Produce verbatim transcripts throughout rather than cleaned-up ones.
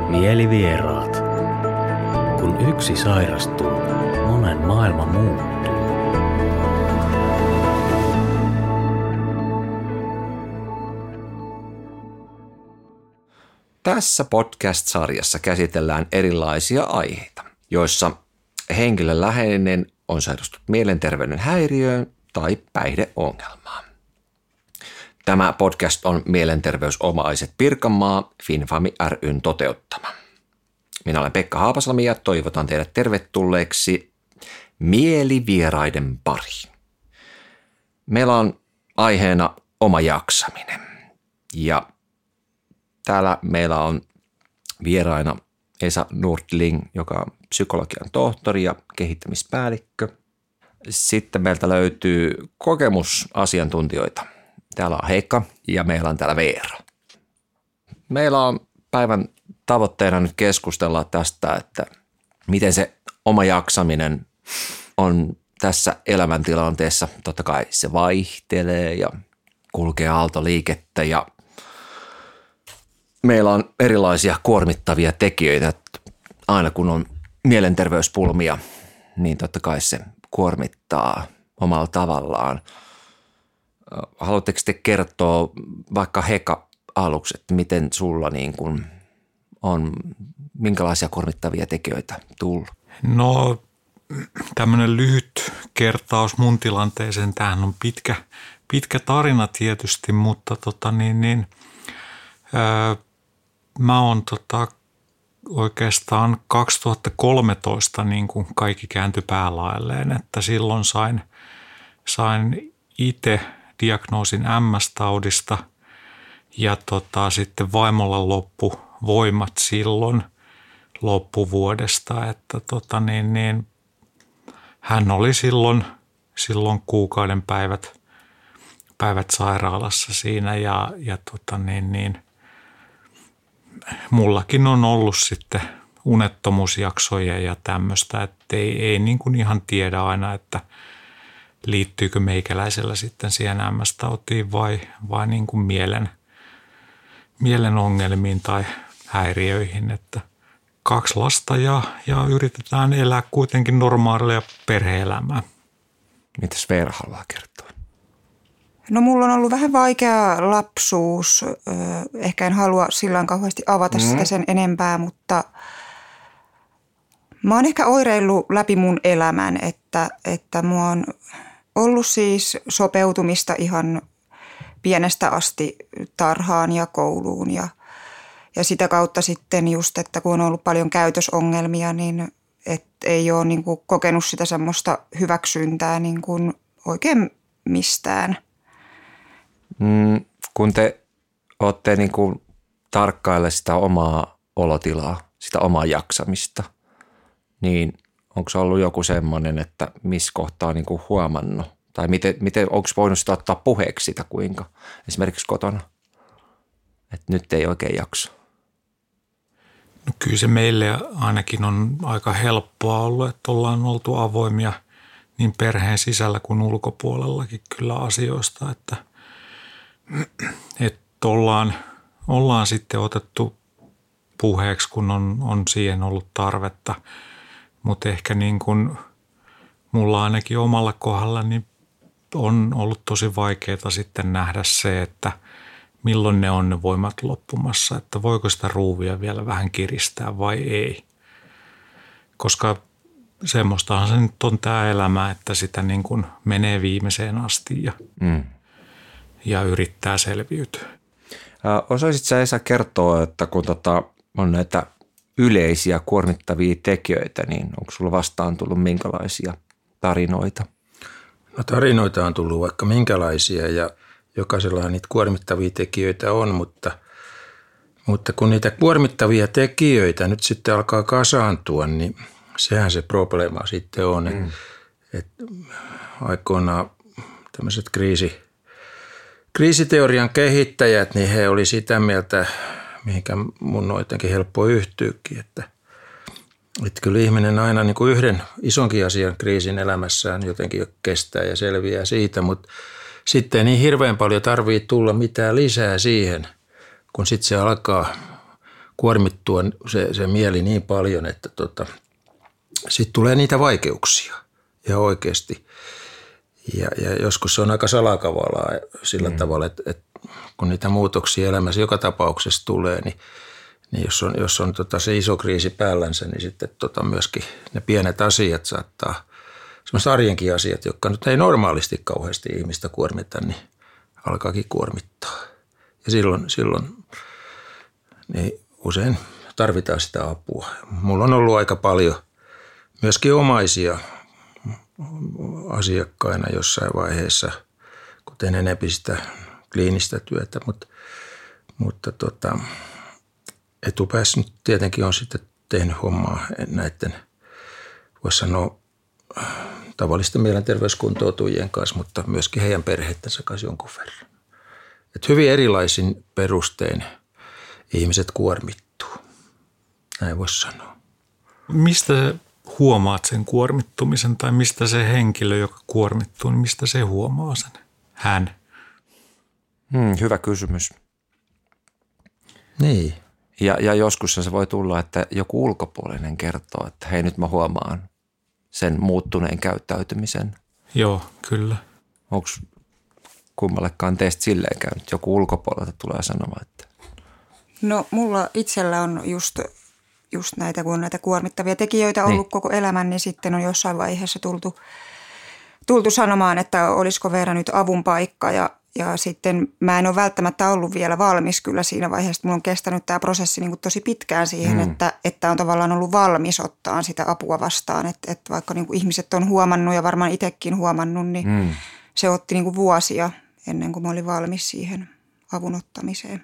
Mielivieraat. Kun yksi sairastuu, monen maailma muuttuu. Tässä podcast-sarjassa käsitellään erilaisia aiheita, joissa henkilön läheinen on sairastunut mielenterveyden häiriöön tai päihdeongelmaan. Tämä podcast on Mielenterveysomaiset Pirkanmaa Finfami ry:n toteuttama. Minä olen Pekka Haapasalmi ja toivotan teidät tervetulleeksi mielivieraiden pariin. Meillä on aiheena oma jaksaminen ja täällä meillä on vieraina Esa Nordling, joka on psykologian tohtori ja kehittämispäällikkö. Sitten meiltä löytyy kokemusasiantuntijoita. Täällä on Heikka ja meillä on täällä Veera. Meillä on päivän tavoitteena nyt keskustella tästä, että miten se oma jaksaminen on tässä elämäntilanteessa. Totta kai se vaihtelee ja kulkee aaltoliikettä ja meillä on erilaisia kuormittavia tekijöitä. Aina kun on mielenterveyspulmia, niin totta kai se kuormittaa omalla tavallaan. Haluatteko te kertoa vaikka Heka aluksi, että miten sulla niin kuin on, minkälaisia kuormittavia tekijöitä tullut? No tämmöinen lyhyt kertaus mun tilanteeseen. Tämähän on pitkä, pitkä tarina tietysti, mutta tota niin, niin, ää, mä oon tota, oikeastaan kaksituhattakolmetoista niin kuin kaikki kääntyi päälaelleen, että silloin sain, sain itse diagnoosin M S-taudista ja tota, sitten vaimolla loppu voimat silloin loppuvuodesta, että tota, niin, niin, hän oli silloin, silloin kuukauden päivät, päivät sairaalassa siinä ja, ja tota, niin, niin, mullakin on ollut sitten unettomuusjaksoja ja tämmöistä, että ei, ei niin kuin ihan tiedä aina, että liittyykö meikäläisellä sitten siihen M S-tautiin vai, vai niin kuin mielen, mielen ongelmiin tai häiriöihin, että kaksi lasta ja, ja yritetään elää kuitenkin normaalia perhe-elämää. Mitäs Veera haluaa kertoa? No mulla on ollut vähän vaikea lapsuus. Ehkä en halua sillä kauheasti avata mm. sitä sen enempää, mutta mä oon ehkä oireillut läpi mun elämän, että, että mua on ollut siis sopeutumista ihan pienestä asti tarhaan ja kouluun ja, ja sitä kautta sitten just, että kun on ollut paljon käytösongelmia, niin et ei ole niin kuin kokenut sitä semmoista hyväksyntää niin kuin oikein mistään. Mm, kun te olette niin kuin tarkkaille sitä omaa olotilaa, sitä omaa jaksamista, niin onko se ollut joku semmoinen, että missä kohtaa on niin kuin huomannut? Tai miten, miten, onko voinut sitä ottaa puheeksi sitä kuinka? Esimerkiksi kotona, että nyt ei oikein jaksa. No kyllä se meille ainakin on aika helppoa ollut, että ollaan oltu avoimia niin perheen sisällä kuin ulkopuolellakin kyllä asioista, että, että ollaan, ollaan sitten otettu puheeksi, kun on, on siihen ollut tarvetta. Mutta ehkä niin kuin mulla ainakin omalla kohdalla niin on ollut tosi vaikeaa sitten nähdä se, että milloin ne on ne voimat loppumassa, että voiko sitä ruuvia vielä vähän kiristää vai ei. Koska semmoistahan se nyt on tämä elämä, että sitä niin kuin menee viimeiseen asti ja, mm. ja yrittää selviytyä. Ä, osaisit sä Esa kertoa, että kun tota on näitä yleisiä kuormittavia tekijöitä, niin onko sulla vastaan tullut minkälaisia tarinoita? No tarinoita on tullut vaikka minkälaisia ja jokaisellahan niitä kuormittavia tekijöitä on, mutta, mutta kun niitä kuormittavia tekijöitä nyt sitten alkaa kasaantua, niin sehän se probleema sitten on. Mm. Että et aikoinaan tämmöiset kriisi, kriisiteorian kehittäjät, niin he oli sitä mieltä, mihinkä mun on jotenkin helppo yhtyykin, että, että kyllä ihminen aina niin kuin yhden isonkin asian kriisin elämässään jotenkin kestää ja selviää siitä, mutta sitten ei niin hirveän paljon tarvitse tulla mitään lisää siihen, kun sitten se alkaa kuormittua se, se mieli niin paljon, että tota, sitten tulee niitä vaikeuksia ihan oikeasti. Ja, ja joskus se on aika salakavalaa sillä mm. tavalla, että, että kun niitä muutoksia elämässä joka tapauksessa tulee, niin, niin jos on, jos on tota se iso kriisi päällänsä, niin sitten tota myöskin ne pienet asiat saattaa, sellaiset arjenkin asiat, jotka nyt ei normaalisti kauheasti ihmistä kuormita, niin alkaakin kuormittaa. Ja silloin, silloin niin usein tarvitaan sitä apua. Mulla on ollut aika paljon myöskin omaisia asiakkaina jossain vaiheessa, kuten enempi sitä kliinistä työtä, mutta, mutta tota, etupäässä nyt tietenkin on sitten tehnyt hommaa näiden, voisi sanoa, tavallisten mielenterveyskuntoutujien kanssa, mutta myöskin heidän perheittänsä kanssa jonkun verran. Et hyvin erilaisin perustein ihmiset kuormittuu, näin voisi sanoa. Mistä huomaat sen kuormittumisen tai mistä se henkilö, joka kuormittuu, niin mistä se huomaa sen? Hän. Hmm, hyvä kysymys. Niin. Ja, ja joskus se voi tulla, että joku ulkopuolinen kertoo, että hei, nyt mä huomaan sen muuttuneen käyttäytymisen. Joo, kyllä. Onko kummallekaan teistä silleen käynyt? Joku ulkopuolelta tulee sanomaan, että... No mulla itsellä on just, just näitä, kun on näitä kuormittavia tekijöitä ollut niin koko elämän, niin sitten on jossain vaiheessa tultu, tultu sanomaan, että olisiko Veera nyt avun paikka ja Ja sitten mä en ole välttämättä ollut vielä valmis kyllä siinä vaiheessa. Mulla on kestänyt tämä prosessi niin kuin tosi pitkään siihen, mm. että, että on tavallaan ollut valmis ottaa sitä apua vastaan. Että, että vaikka niin kuin ihmiset on huomannut ja varmaan itsekin huomannut, niin mm. se otti niin kuin vuosia ennen kuin mä olin valmis siihen avun ottamiseen.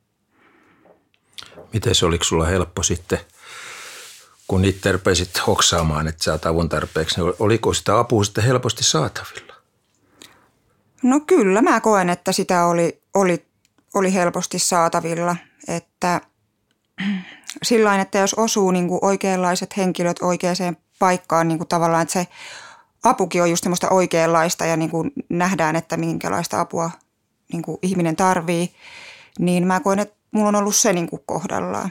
Miten se, oliko sulla helppo sitten, kun itse rupesit hoksaamaan, että sä oot avun tarpeeksi, niin oliko sitä apua sitten helposti saatavilla? No kyllä, mä koen, että sitä oli, oli, oli helposti saatavilla, että sillain, että jos osuu niin kuin oikeanlaiset henkilöt oikeaan paikkaan niin kuin tavallaan, että se apukin on just semmoista oikeanlaista ja niin kuin nähdään, että minkälaista apua niin kuin ihminen tarvii, niin mä koen, että mulla on ollut se niin kuin kohdallaan.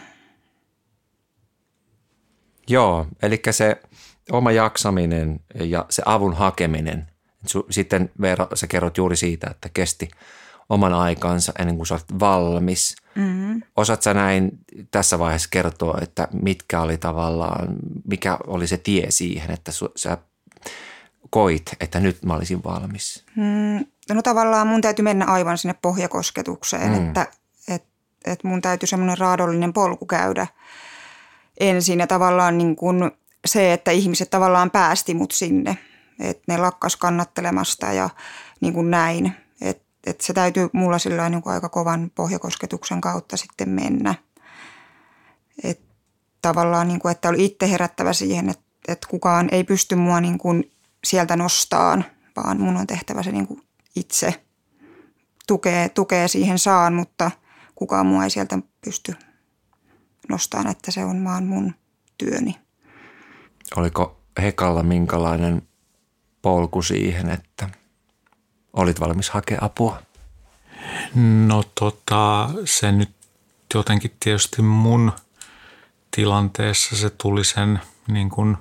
Joo, eli se oma jaksaminen ja se avun hakeminen. Sitten Veera, sä kerrot juuri siitä, että kesti oman aikansa ennen kuin sä olet valmis. Mm-hmm. Osaat sä näin tässä vaiheessa kertoa, että mitkä oli tavallaan, mikä oli se tie siihen, että sä koit, että nyt mä olisin valmis? Mm, no tavallaan mun täytyy mennä aivan sinne pohjakosketukseen, mm. että et, et mun täytyy semmoinen raadollinen polku käydä ensin ja tavallaan niin kuin se, että ihmiset tavallaan päästi mut sinne. Että ne lakkas kannattelemasta ja niin kuin näin. Että et se täytyy mulla sillä niin kuin aika kovan pohjakosketuksen kautta sitten mennä. Että tavallaan, niin kuin, että oli itse herättävä siihen, että, että kukaan ei pysty mua niin kuin sieltä nostaan, vaan mun on tehtävä se niin kuin itse. Tukea, tukea siihen saan, mutta kukaan mua ei sieltä pysty nostamaan, että se on vaan mun työni. Oliko Hekalla minkälainen polku siihen, että olit valmis hakea apua? No tota, se nyt jotenkin tietysti mun tilanteessa se tuli sen niin kuin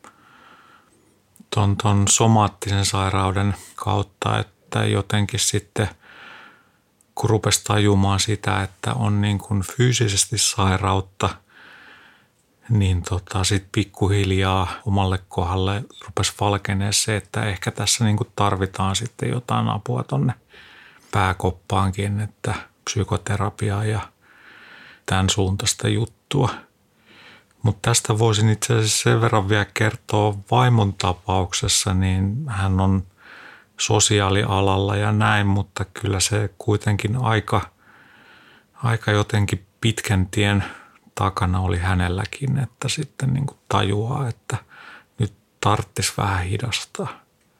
ton, ton somaattisen sairauden kautta, että jotenkin sitten kun rupesi tajumaan sitä, että on niin kuin fyysisesti sairautta, niin tota, sitten pikkuhiljaa omalle kohdalle rupesi valkenee se, että ehkä tässä niin kuin tarvitaan sitten jotain apua tonne pääkoppaankin, että psykoterapiaa ja tämän suuntaista juttua. Mutta tästä voisin itse asiassa sen verran vielä kertoa vaimon tapauksessa, niin hän on sosiaalialalla ja näin, mutta kyllä se kuitenkin aika, aika jotenkin pitkän tien takana oli hänelläkin, että sitten niin kuin tajuaa, että nyt tarvitsisi vähän hidastaa.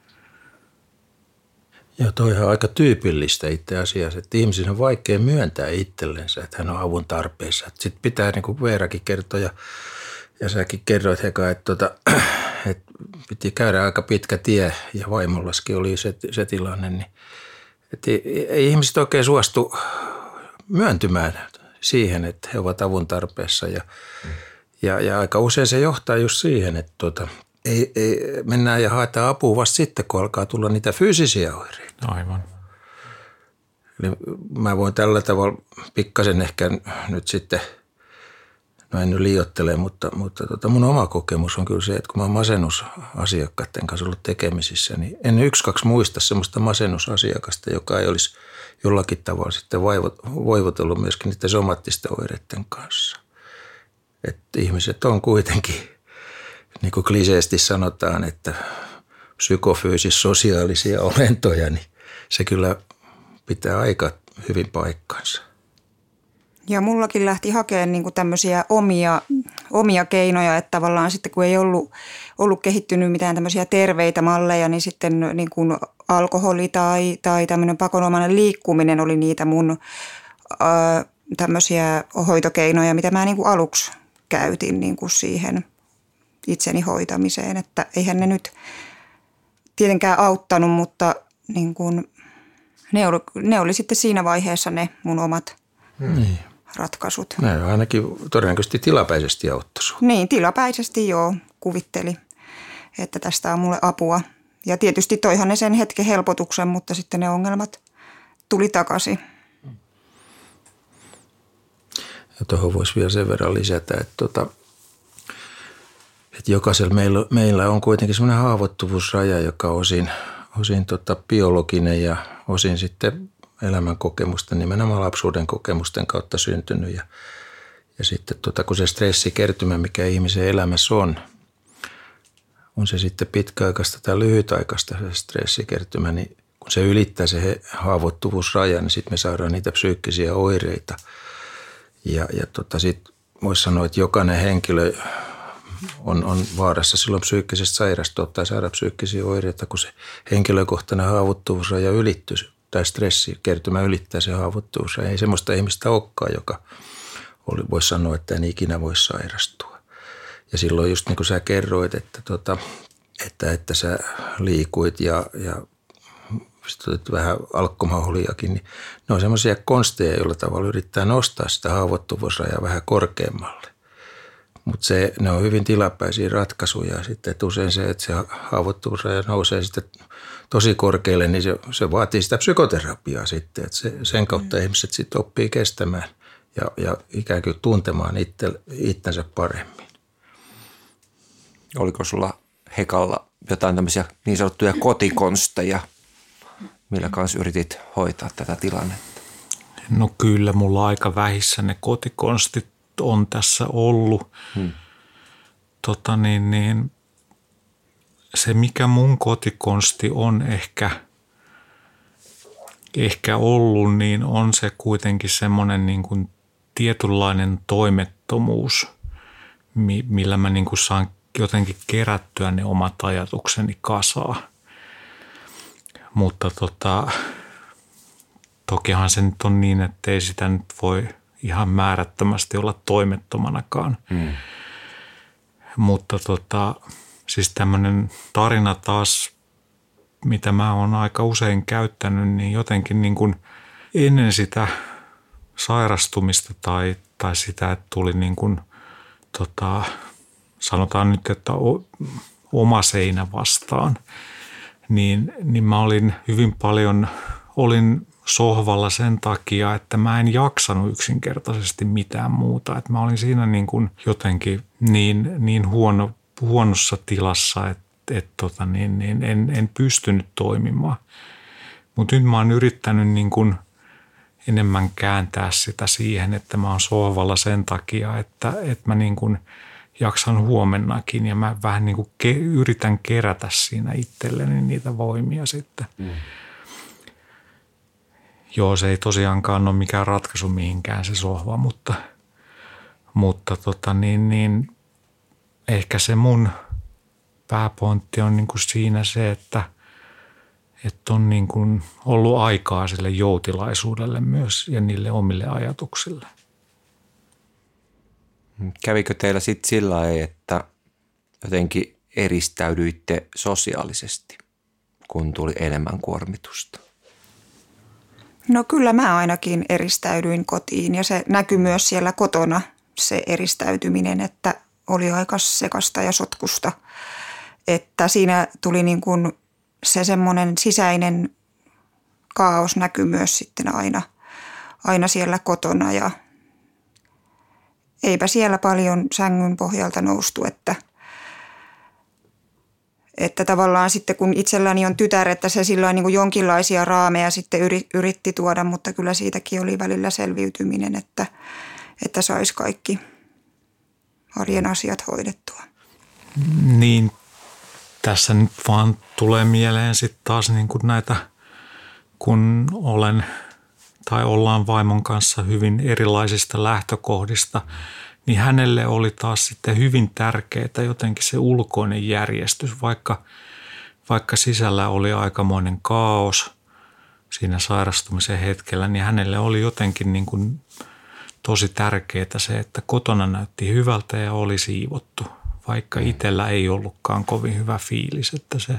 Joo, toi on aika tyypillistä itse asiassa, että ihmisen on vaikea myöntää itsellensä, että hän on avun tarpeessa. Sitten pitää, niin kuin Veerakin kertoi ja, ja säkin kerroit Heka, että, tota, että piti käydä aika pitkä tie ja vaimollaskin oli se, se tilanne, niin että ei, ei ihmiset oikein suostu myöntymään siihen, että he ovat avun tarpeessa. Ja, ja, ja aika usein se johtaa just siihen, että tuota, ei, ei, mennään ja haetaan apua vasta sitten, kun alkaa tulla niitä fyysisiä oireita. Aivan. Eli mä voin tällä tavalla pikkasen ehkä nyt sitten, no en nyt liioittele, mutta, mutta tota mun oma kokemus on kyllä se, että kun mä oon masennusasiakkaiden kanssa ollut tekemisissä, niin en yksi, kaksi muista semmoista masennusasiakasta, joka ei olisi jollakin tavalla sitten voivotellut myöskin niiden somaattisten oireiden kanssa. Että ihmiset on kuitenkin, niin kuin kliseesti sanotaan, että psykofyysis-sosiaalisia olentoja, niin se kyllä pitää aika hyvin paikkansa. Ja mullakin lähti hakemaan niin kuin tämmöisiä omia, omia keinoja, että tavallaan sitten kun ei ollut, ollut kehittynyt mitään tämmöisiä terveitä malleja, niin sitten niin kuin alkoholi tai, tai tämmöinen pakonomainen liikkuminen oli niitä mun ää, tämmöisiä hoitokeinoja, mitä mä niin kuin aluksi käytin niin kuin siihen itseni hoitamiseen. Että eihän ne nyt tietenkään auttanut, mutta niin kuin ne, oli, ne oli sitten siinä vaiheessa ne mun omat niin. ratkaisut. Ne ainakin todennäköisesti tilapäisesti auttoi sinua. Niin, tilapäisesti joo, kuvitteli, että tästä on mulle apua. Ja tietysti toihan ne sen hetken helpotuksen, mutta sitten ne ongelmat tuli takaisin. Ja tuohon voisi vielä sen verran lisätä, että, tota, että jokaisella meillä, meillä on kuitenkin semmoinen haavoittuvuusraja, joka on osin, osin tota biologinen ja osin sitten elämän kokemusten, nimenomaan lapsuuden kokemusten kautta syntynyt. Ja, ja sitten tota, kun se stressikertymä, mikä ihmisen elämässä on, on se sitten pitkäaikaista tai lyhytaikaista se stressikertymä, niin kun se ylittää se haavoittuvuusraja, niin sitten me saadaan niitä psyykkisiä oireita. Ja, ja tota, sitten voisi sanoa, että jokainen henkilö on, on vaarassa silloin psyykkisesti sairastua tai saada psyykkisiä oireita, kun se henkilökohtainen haavoittuvuusraja ylittyy tai stressikertymä ylittää se haavoittuvuusraja. Ei semmoista ihmistä olekaan, joka voisi sanoa, että en ikinä voi sairastua. Ja silloin just niin kuin sä kerroit, että, tota, että, että sä liikuit ja, ja vähän alkkomaholiakin, niin ne on semmoisia konsteja, joilla tavalla yrittää nostaa sitä haavoittuvuusrajaa vähän korkeammalle. Mutta ne on hyvin tilapäisiä ratkaisuja sitten, että usein se, että se haavoittuvuusraja nousee sitten tosi korkealle, niin se, se vaatii sitä psykoterapiaa sitten, että se, sen kautta mm. ihmiset sitten oppii kestämään ja, ja ikään kuin tuntemaan itse, itsensä paremmin. Oliko sulla Hekalla jotain tämmöisiä niin sanottuja kotikonsteja, millä kanssa yritit hoitaa tätä tilannetta? No kyllä, mulla aika vähissä ne kotikonstit on tässä ollut. Hmm. Tota niin, niin, se mikä mun kotikonsti on ehkä, ehkä ollut, niin on se kuitenkin semmoinen niin kuin tietynlainen toimettomuus, millä mä niin kuin saan jotenkin kerättyä ne omat ajatukseni kasaan. Mutta tota, tokihan se nyt on niin, että ei sitä nyt voi ihan määrättömästi olla toimettomanakaan. Mm. Mutta tota, siis tämmöinen tarina taas, mitä mä oon aika usein käyttänyt, niin jotenkin niin kuin ennen sitä sairastumista tai, tai sitä, että tuli niin kuin, tota, sanotaan nyt, että oma seinä vastaan, niin, niin mä olin hyvin paljon, olin sohvalla sen takia, että mä en jaksanut yksinkertaisesti mitään muuta. Että mä olin siinä niin kuin jotenkin niin, niin huono, huonossa tilassa, että, että tota niin, niin en, en pystynyt toimimaan. Mutta nyt mä oon yrittänyt niin kuin enemmän kääntää sitä siihen, että mä oon sohvalla sen takia, että, että mä niin kuin jaksan huomennakin ja mä vähän niin kuin ke, yritän kerätä siinä itselleni niitä voimia sitten. Mm. Joo, se ei tosiaankaan ole mikään ratkaisu mihinkään se sohva, mutta, mutta tota niin, niin, ehkä se mun pääpointti on niin kuin siinä se, että, että on niin kuin ollut aikaa sille joutilaisuudelle myös ja niille omille ajatuksille. Kävikö teillä sitten sillä lailla, että jotenkin eristäydyitte sosiaalisesti, kun tuli enemmän kuormitusta? No kyllä mä ainakin eristäydyin kotiin ja se näkyi myös siellä kotona se eristäytyminen, että oli aika sekasta ja sotkusta. Että siinä tuli niin kuin se semmoinen sisäinen kaos näkyi myös sitten aina, aina siellä kotona ja eipä siellä paljon sängyn pohjalta noustu, että, että tavallaan sitten kun itselläni on tytär, että se silloin niin kuin jonkinlaisia raameja sitten yritti tuoda, mutta kyllä siitäkin oli välillä selviytyminen, että, että saisi kaikki arjen asiat hoidettua. Niin, tässä nyt vaan tulee mieleen sitten taas niin kuin näitä, kun olen tai ollaan vaimon kanssa hyvin erilaisista lähtökohdista, niin hänelle oli taas sitten hyvin tärkeää jotenkin se ulkoinen järjestys, vaikka, vaikka sisällä oli aikamoinen kaos siinä sairastumisen hetkellä, niin hänelle oli jotenkin niin kuin tosi tärkeää se, että kotona näytti hyvältä ja oli siivottu, vaikka itsellä ei ollutkaan kovin hyvä fiilis, että se,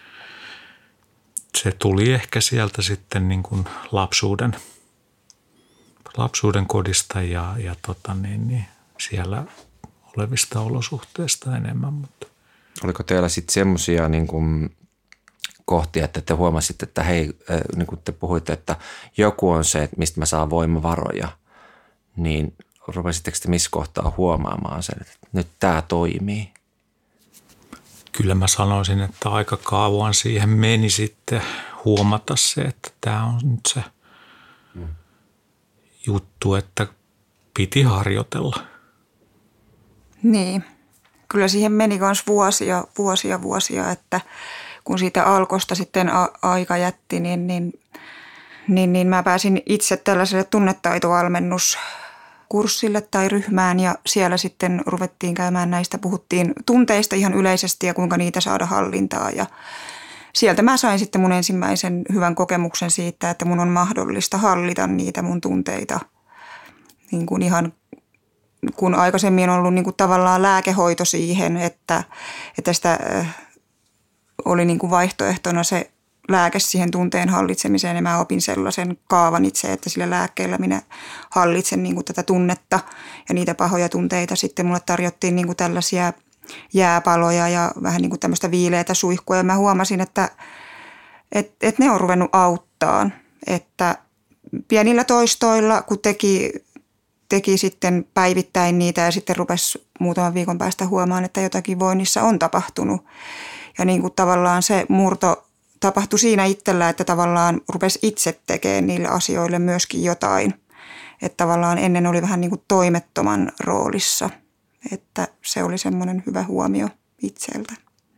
se tuli ehkä sieltä sitten niin kuin lapsuuden, lapsuuden kodista ja, ja tota niin, niin siellä olevista olosuhteista enemmän. Mutta. Oliko teillä sitten semmoisia niin kuin kohtia, että te huomasitte, että hei, niin kuin te puhuitte, että joku on se, että mistä mä saan voimavaroja, niin rupesitteko te missä kohtaa huomaamaan sen, että nyt tämä toimii? Kyllä mä sanoisin, että aika kauan siihen meni sitten huomata se, että tämä on nyt se hmm. juttu, että piti harjoitella. Niin, kyllä siihen meni myös vuosia, vuosia, vuosia, että kun siitä alkosta sitten a- aika jätti, niin, niin, niin, niin mä pääsin itse tällaiselle tunnetaitovalmennuskurssille tai ryhmään ja siellä sitten ruvettiin käymään näistä, puhuttiin tunteista ihan yleisesti ja kuinka niitä saada hallintaa ja sieltä mä sain sitten mun ensimmäisen hyvän kokemuksen siitä, että mun on mahdollista hallita niitä mun tunteita niin kuin ihan kun aikaisemmin on ollut niin kuin tavallaan lääkehoito siihen, että, että sitä oli niin kuin vaihtoehtona se lääke siihen tunteen hallitsemiseen ja mä opin sellaisen kaavan itse, että sillä lääkkeellä minä hallitsen niin kuin tätä tunnetta ja niitä pahoja tunteita. Sitten mulle tarjottiin niin kuin tällaisia jääpaloja ja vähän niin kuin tämmöistä viileätä suihkua ja mä huomasin, että, että, että ne on ruvennut auttaan, että pienillä toistoilla kun teki teki sitten päivittäin niitä ja sitten rupesi muutaman viikon päästä huomaan, että jotakin voinnissa on tapahtunut. Ja niin kuin tavallaan se murto tapahtui siinä itsellä, että tavallaan rupesi itse tekemään niille asioille myöskin jotain. Että tavallaan ennen oli vähän niin kuin toimettoman roolissa, että se oli semmoinen hyvä huomio itseltä.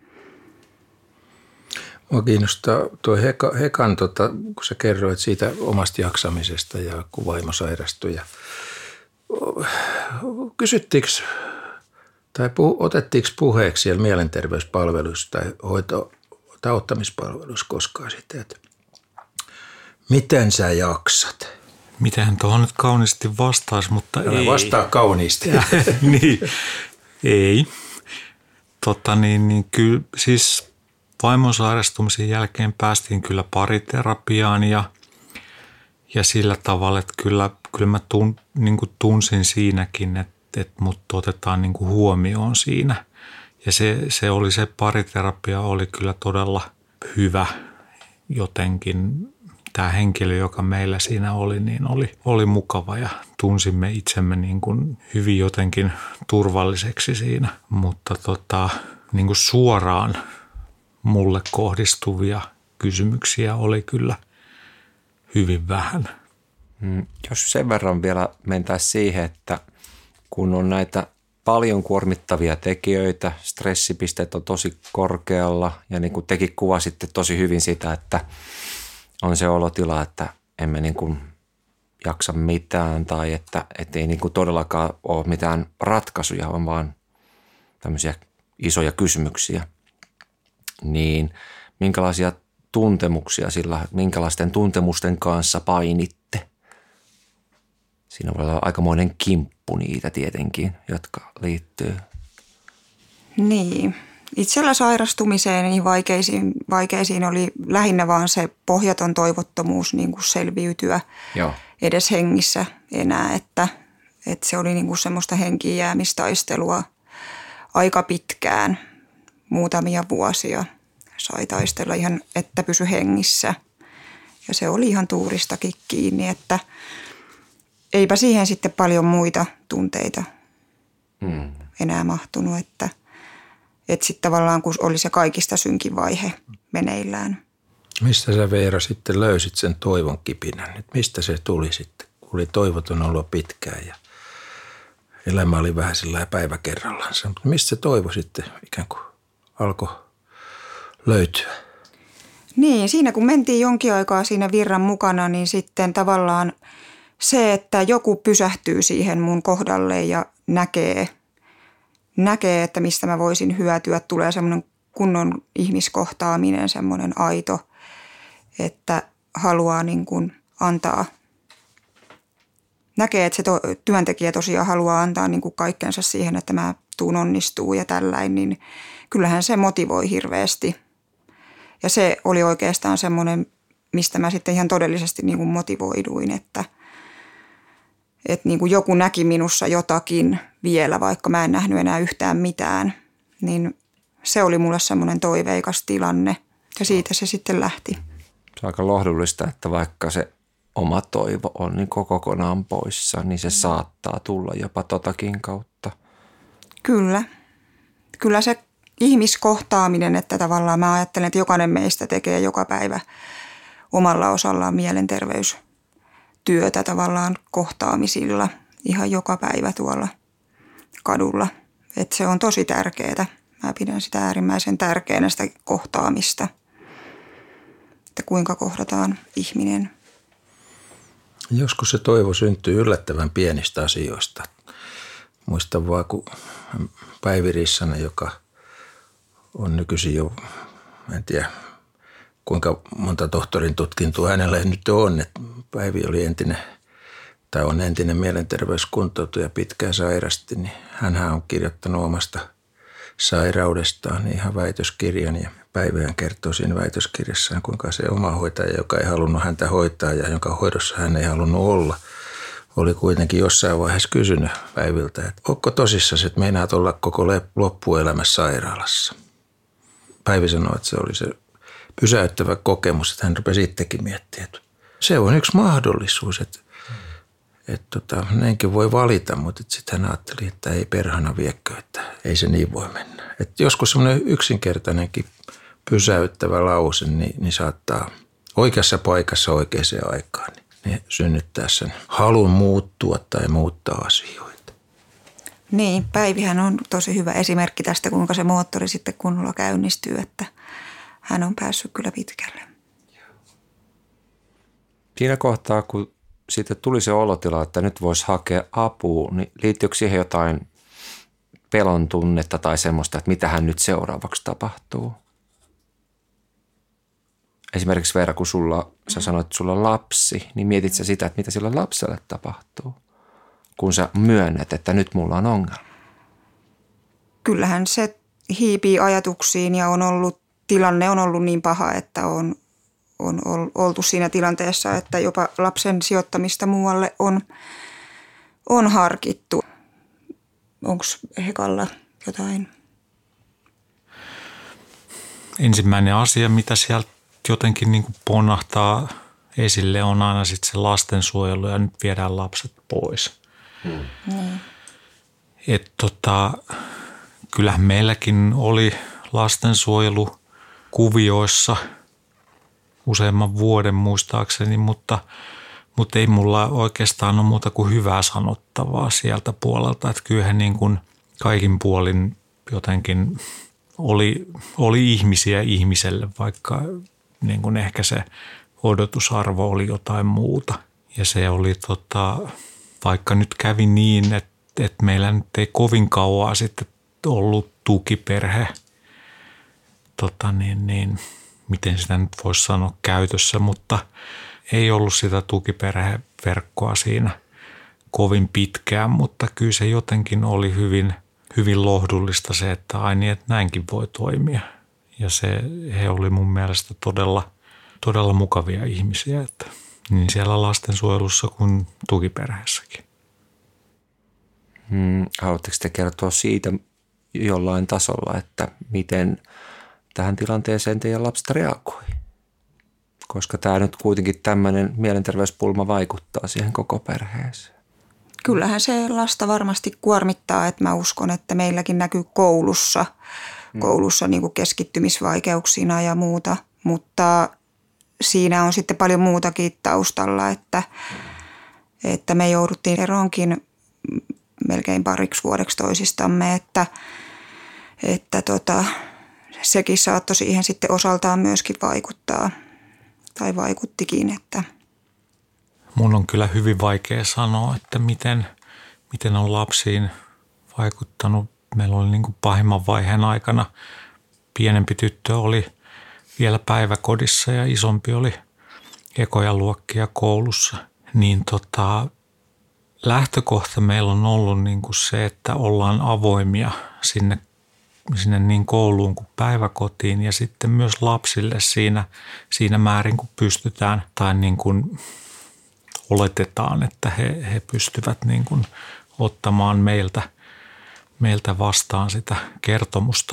Mua kiinnostaa tuo Heka, Hekan, tota, kun sä kerroit siitä omasta jaksamisesta ja kun vaimo sairastui ja kysyttiinkö tai puh, otettiinko puheeksi siellä mielenterveyspalveluissa tai hoito- tai ottamispalveluissa koskaan sitten, että miten sä jaksat? Miten tuohon nyt kauniisti vastaisi, mutta Älä ei. vastaa kauniisti. niin, ei. Totta niin, niin kyllä siis vaimon sairastumisen jälkeen päästiin kyllä pariterapiaan ja Ja sillä tavalla, että kyllä, kyllä mä tun, niin kuin tunsin siinäkin, että, että mut otetaan niin kuin huomioon siinä. Ja se, se oli se pariterapia oli kyllä todella hyvä jotenkin. Tämä henkilö, joka meillä siinä oli, niin oli, oli mukava ja tunsimme itsemme niin kuin hyvin jotenkin turvalliseksi siinä. Mutta tota, niin kuin suoraan mulle kohdistuvia kysymyksiä oli kyllä hyvin vähän. Jos sen verran vielä mentäisiin siihen, että kun on näitä paljon kuormittavia tekijöitä, stressipisteet on tosi korkealla ja niin kuin tekin kuvasitte tosi hyvin sitä, että on se olotila, että emme niin kuin jaksa mitään tai että, että ei niin kuin todellakaan ole mitään ratkaisuja, on vaan tämmöisiä isoja kysymyksiä, niin minkälaisia tuntemuksia sillä, minkälaisten tuntemusten kanssa painitte? Siinä voi olla aikamoinen kimppu niitä tietenkin, jotka liittyy. Niin, itsellä sairastumiseen niin vaikeisiin, vaikeisiin oli lähinnä vaan se pohjaton toivottomuus niin kuin selviytyä Joo. edes hengissä enää, että, että se oli niin kuin semmoista henkiin jäämistaistelua aika pitkään, muutamia vuosia sai taistella ihan, että pysy hengissä ja se oli ihan tuuristakin kiinni, että eipä siihen sitten paljon muita tunteita Mm. enää mahtunut, että, että sitten tavallaan kun oli se kaikista synkin vaihe meneillään. Mistä sä, Veera, sitten löysit sen toivon kipinän? Nyt mistä se tuli sitten, kun oli toivoton olo pitkään ja elämä oli vähän sillä päivä kerrallansa. Mutta mistä se toivo sitten ikään kuin alkoi löytyä? Niin, siinä kun mentiin jonkin aikaa siinä virran mukana, niin sitten tavallaan se, että joku pysähtyy siihen mun kohdalle ja näkee, näkee, että mistä mä voisin hyötyä, tulee semmoinen kunnon ihmiskohtaaminen, semmoinen aito, että haluaa niin kuin antaa, näkee, että se to, työntekijä tosiaan haluaa antaa niin kuin kaikkensa siihen, että mä tuun onnistuu ja tällainen, niin kyllähän se motivoi hirveästi. Ja se oli oikeastaan semmoinen, mistä mä sitten ihan todellisesti niin kuin motivoiduin, että että niin kuin joku näki minussa jotakin vielä, vaikka mä en nähnyt enää yhtään mitään, niin se oli mulle semmoinen toiveikas tilanne ja siitä se sitten lähti. Se on aika lohdullista, että vaikka se oma toivo on niin kokonaan poissa, niin se saattaa tulla jopa totakin kautta. Kyllä. Kyllä se ihmiskohtaaminen, että tavallaan mä ajattelen, että jokainen meistä tekee joka päivä omalla osallaan mielenterveystyötä tavallaan kohtaamisilla ihan joka päivä tuolla kadulla. Että se on tosi tärkeää. Mä pidän sitä äärimmäisen tärkeänä sitä kohtaamista, että kuinka kohdataan ihminen. Joskus se toivo syntyy yllättävän pienistä asioista. Muistan vaan, kun Päivi Rissanen, joka on nykyisin jo, en tiedä kuinka monta tohtorin tutkintoa hänellä nyt on. Että Päivi oli entinen, tai on entinen mielenterveyskuntoutuja, pitkään sairasti, niin hänhän on kirjoittanut omasta sairaudestaan ihan väitöskirjan. Ja Päivihän kertoo siinä väitöskirjassaan, kuinka se oma hoitaja, joka ei halunnut häntä hoitaa ja jonka hoidossa hän ei halunnut olla, oli kuitenkin jossain vaiheessa kysynyt Päiviltä, että onko tosissaan, että meinaat olla koko loppuelämässä sairaalassa. Päivi sanoi, että se oli se pysäyttävä kokemus, että hän rupesi itsekin miettimään, että se on yksi mahdollisuus, että, että tota, näinkin voi valita, mutta sitten hän ajatteli, että ei perhana viekö, että ei se niin voi mennä. Että joskus semmoinen yksinkertainenkin pysäyttävä lause, niin, niin saattaa oikeassa paikassa oikeaan aikaan niin, niin synnyttää sen halun muuttua tai muuttaa asioita. Niin, Päivihän on tosi hyvä esimerkki tästä, kuinka se moottori sitten kunnolla käynnistyy, että hän on päässyt kyllä pitkälle. Siinä kohtaa, kun sitten tuli se olotila, että nyt voisi hakea apua, niin liittyykö siihen jotain pelon tunnetta tai semmoista, että mitähän nyt seuraavaksi tapahtuu? Esimerkiksi Veera, kun sulla, sä sanoit, että sulla on lapsi, niin mietit sä sitä, että mitä sillä lapselle tapahtuu, kun sä myönnät, että nyt mulla on ongelma? Kyllähän se hiipii ajatuksiin ja on ollut, tilanne on ollut niin paha, että on, on oltu siinä tilanteessa, että jopa lapsen sijoittamista muualle on, on harkittu. Onko Hekalla jotain? Ensimmäinen asia, mitä sieltä jotenkin niin kuin ponnahtaa esille, on aina sitten se lastensuojelu ja nyt viedään lapset pois. Hmm. Hmm. Et tota, kyllähän meilläkin oli lastensuojelu kuvioissa useamman vuoden muistaakseni, mutta, mutta ei mulla oikeastaan ole muuta kuin hyvää sanottavaa sieltä puolelta. Että kyllähän niin kuin kaikin puolin jotenkin oli, oli ihmisiä ihmiselle, vaikka niin kuin ehkä se odotusarvo oli jotain muuta. Ja se oli tota, vaikka nyt kävi niin, että, että meillä nyt ei kovin kauan sitten ollut tukiperhe, tota niin, niin, miten sitä nyt voisi sanoa käytössä, mutta ei ollut sitä tukiperheverkkoa siinä kovin pitkään, mutta kyllä se jotenkin oli hyvin, hyvin lohdullista se, että ai niin, että näinkin voi toimia. Ja se, he oli mun mielestä todella, todella mukavia ihmisiä, että niin siellä lastensuojelussa kuin tukiperheessäkin. Hmm, haluatteko te kertoa siitä jollain tasolla, että miten tähän tilanteeseen teidän lapset reagoi? Koska tämä nyt kuitenkin tämmöinen mielenterveyspulma vaikuttaa siihen koko perheeseen. Kyllähän se lasta varmasti kuormittaa, että mä uskon, että meilläkin näkyy koulussa, hmm. koulussa niin kuin keskittymisvaikeuksina ja muuta, mutta siinä on sitten paljon muutakin taustalla, että, että me jouduttiin eroonkin melkein pariksi vuodeksi toisistamme, että, että tota, sekin saattoi siihen sitten osaltaan myöskin vaikuttaa tai vaikuttikin. Että. Mun on kyllä hyvin vaikea sanoa, että miten, miten on lapsiin vaikuttanut. Meillä oli niin kuin pahimman vaiheen aikana pienempi tyttö oli vielä päiväkodissa ja isompi oli ekoja luokkia koulussa, niin tota, lähtökohta meillä on ollut niin kuin se, että ollaan avoimia sinne, sinne niin kouluun kuin päiväkotiin ja sitten myös lapsille siinä, siinä määrin, kun pystytään tai niin kuin oletetaan, että he, he pystyvät niin kuin ottamaan meiltä, meiltä vastaan sitä kertomusta.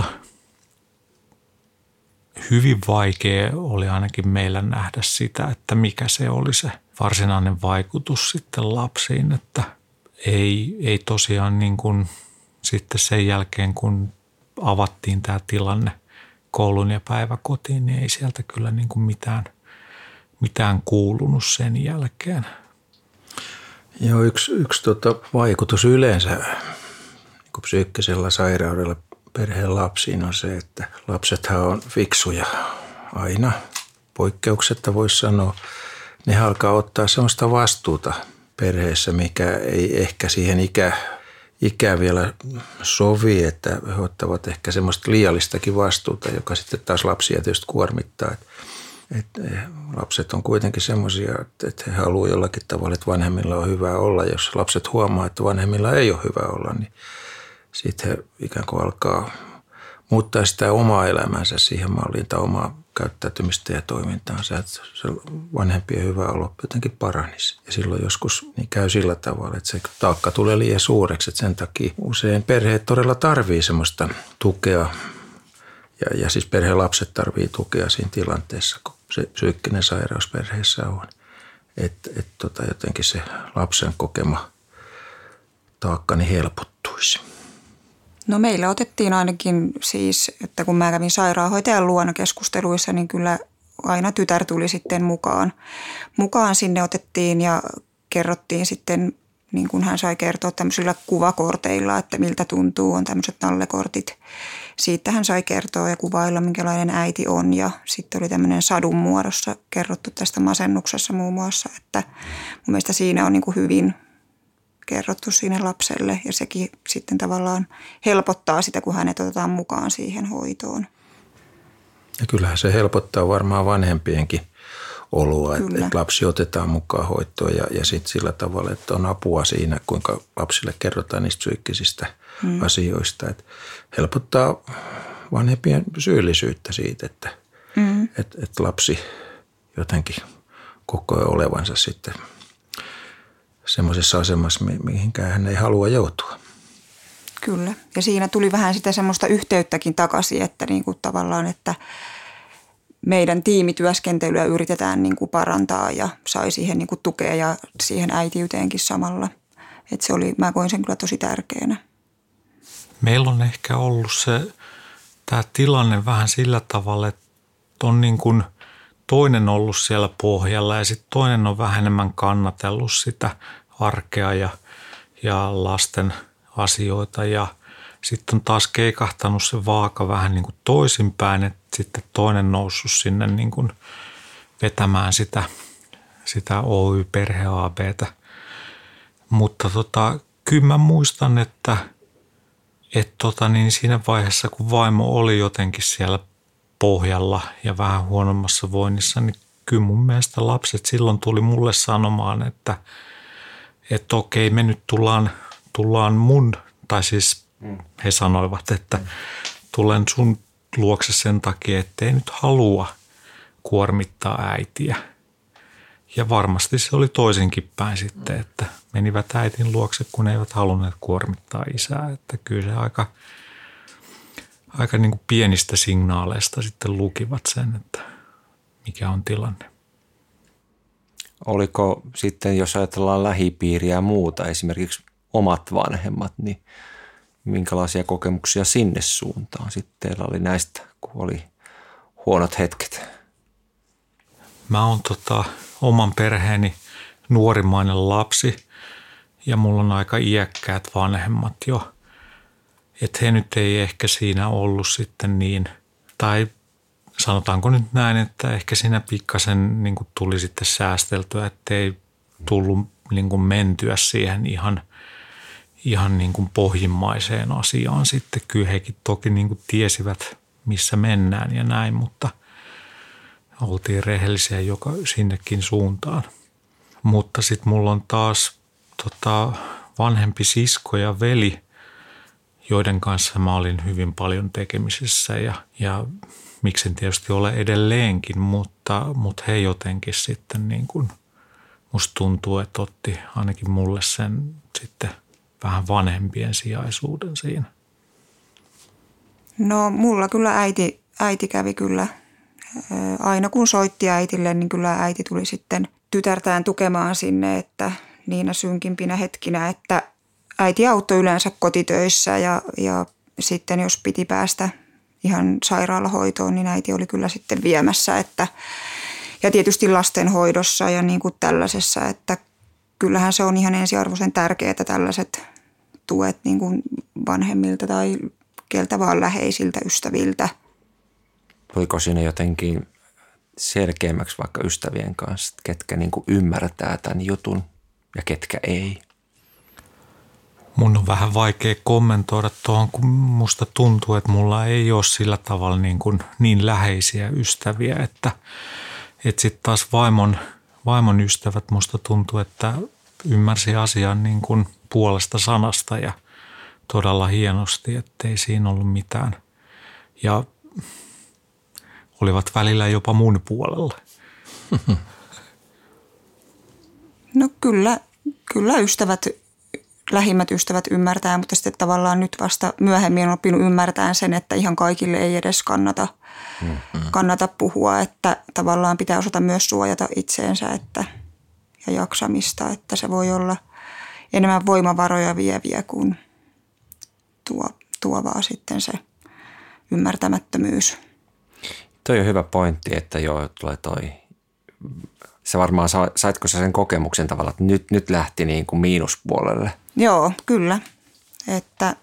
Hyvin vaikea oli ainakin meillä nähdä sitä, että mikä se oli se varsinainen vaikutus sitten lapsiin, että ei, ei tosiaan niin kuin sitten sen jälkeen, kun avattiin tämä tilanne koulun ja päiväkotiin, niin ei sieltä kyllä niin kuin mitään, mitään kuulunut sen jälkeen. Joo, yksi, yksi tota vaikutus yleensä niin psyykkisellä sairaudella perheen lapsiin on se, että lapsethan on fiksuja aina, poikkeuksetta voisi sanoa. Ne alkaa ottaa sellaista vastuuta perheessä, mikä ei ehkä siihen ikä, ikä vielä sovi, että he ottavat ehkä semmoista liiallistakin vastuuta, joka sitten taas lapsia tietysti kuormittaa. Et, et, lapset on kuitenkin semmoisia, että he haluaa jollakin tavalla, että vanhemmilla on hyvä olla. Jos lapset huomaa, että vanhemmilla ei ole hyvä olla, niin sitten he ikään kuin alkaa muuttaa sitä omaa elämänsä siihen malliin tai omaa käyttäytymistä ja toimintaansa, että se vanhempien hyvä olo jotenkin paranisi. Ja silloin joskus niin käy sillä tavalla, että se taakka tulee liian suureksi, että sen takia usein perheet todella tarvii semmoista tukea ja, ja siis perheen lapset tarvii tukea siinä tilanteessa, kun se psyykkinen sairaus perheessä on. Että et tota jotenkin se lapsen kokema taakka niin helpottuisi. No meillä otettiin ainakin siis, että kun mä kävin sairaanhoitajan luona keskusteluissa, niin kyllä aina tytär tuli sitten mukaan. Mukaan sinne otettiin ja kerrottiin sitten, niin kuin hän sai kertoa tämmöisillä kuvakorteilla, että miltä tuntuu, on tämmöiset nallekortit. Siitä hän sai kertoa ja kuvailla, minkälainen äiti on ja sitten oli tämmöinen sadun muodossa kerrottu tästä masennuksessa muun muassa, että mun mielestä siinä on niin kuin hyvin kerrottu sinne lapselle ja sekin sitten tavallaan helpottaa sitä, kun hänet otetaan mukaan siihen hoitoon. Ja kyllähän se helpottaa varmaan vanhempienkin oloa, että, että lapsi otetaan mukaan hoitoon ja, ja sitten sillä tavalla, että on apua siinä, kuinka lapsille kerrotaan niistä psyykkisistä hmm. asioista. Että helpottaa vanhempien syyllisyyttä siitä, että, hmm. että, että lapsi jotenkin kokee olevansa sitten semmoisessa asemassa, mihinkään hän ei halua joutua. Kyllä. Ja siinä tuli vähän sitä semmoista yhteyttäkin takaisin, että niin kuin tavallaan, että meidän tiimityöskentelyä yritetään niin kuin parantaa ja sai siihen niin kuin tukea ja siihen äitiyteenkin samalla. Että se oli, mä koin sen kyllä tosi tärkeänä. Meillä on ehkä ollut se, tämä tilanne vähän sillä tavalla, että on niin kuin toinen ollut siellä pohjalla ja sitten toinen on vähän enemmän kannatellut sitä arkea ja, ja lasten asioita ja sitten on taas keikahtanut se vaaka vähän niin kuin toisinpäin, että sitten toinen noussut sinne niin kuin vetämään sitä, sitä Oy-perhe A B:tä. Mutta tota, kyllä mä muistan, että et tota, niin siinä vaiheessa, kun vaimo oli jotenkin siellä pohjalla ja vähän huonommassa voinnissa, niin kyllä mun mielestä lapset silloin tuli mulle sanomaan, että, että okei, me nyt tullaan, tullaan mun, tai siis Mm. He sanoivat, että tulen sun luokse sen takia, ettei nyt halua kuormittaa äitiä. Ja varmasti se oli toisinkin päin sitten, että menivät äitin luokse, kun eivät halunneet kuormittaa isää. Että kyllä se aika, aika niin kuin pienistä signaaleista sitten lukivat sen, että mikä on tilanne. Oliko sitten, jos ajatellaan lähipiiriä ja muuta, esimerkiksi omat vanhemmat, niin minkälaisia kokemuksia sinne suuntaan sitten teillä oli näistä, kun oli huonot hetket? Mä oon tota, oman perheeni nuorimmainen lapsi ja mulla on aika iäkkäät vanhemmat jo. Että he nyt ei ehkä siinä ollut sitten niin, tai sanotaanko nyt näin, että ehkä siinä pikkasen niin kuin tuli sitten säästeltyä, ettei tullut niin kuin mentyä siihen ihan, ihan niin kuin pohjimmaiseen asiaan sitten. Kyllä hekin toki niin kuin tiesivät, missä mennään ja näin, mutta oltiin rehellisiä joka sinnekin suuntaan. Mutta sitten mulla on taas tota, vanhempi sisko ja veli, joiden kanssa mä olin hyvin paljon tekemisissä ja, ja miksen tietysti ole edelleenkin, mutta, mutta he jotenkin sitten niin kuin musta tuntuu, että otti ainakin mulle sen sitten vähän vanhempien sijaisuuden siinä. No mulla kyllä äiti, äiti kävi kyllä, aina kun soitti äitille, niin kyllä äiti tuli sitten tytärtään tukemaan sinne, että niinä synkimpinä hetkinä, että äiti auttoi yleensä kotitöissä ja, ja sitten jos piti päästä ihan sairaalahoitoon, niin äiti oli kyllä sitten viemässä. Että, ja tietysti lastenhoidossa ja niin kuin tällaisessa, että kyllähän se on ihan ensiarvoisen tärkeää tällaiset tuet niin kuin vanhemmilta tai keltä vaan läheisiltä ystäviltä. Tuliko siinä jotenkin selkeämmäksi vaikka ystävien kanssa, ketkä niin kuin ymmärtää tämän jutun ja ketkä ei? Mun on vähän vaikea kommentoida tuohon, kun musta tuntuu, että mulla ei ole sillä tavalla niin, kuin niin läheisiä ystäviä, että, että sitten taas vaimon, vaimon ystävät musta tuntuu, että ymmärsi asian niin kuin puolesta sanasta ja todella hienosti, ettei siinä ollut mitään. Ja olivat välillä jopa mun puolella. No kyllä, kyllä ystävät, lähimmät ystävät ymmärtää, mutta sitten tavallaan nyt vasta myöhemmin on oppinut ymmärtämään sen, että ihan kaikille ei edes kannata, mm-hmm. kannata puhua, että tavallaan pitää osata myös suojata itseensä että, ja jaksamista, että se voi olla enemmän voimavaroja vieviä kuin tuo, tuovaa sitten se ymmärtämättömyys. Toi on hyvä pointti, että joo, tulee toi. Sä varmaan saitko sä sen kokemuksen tavalla, että nyt, nyt lähti niin kuin miinuspuolelle? Joo, kyllä. Että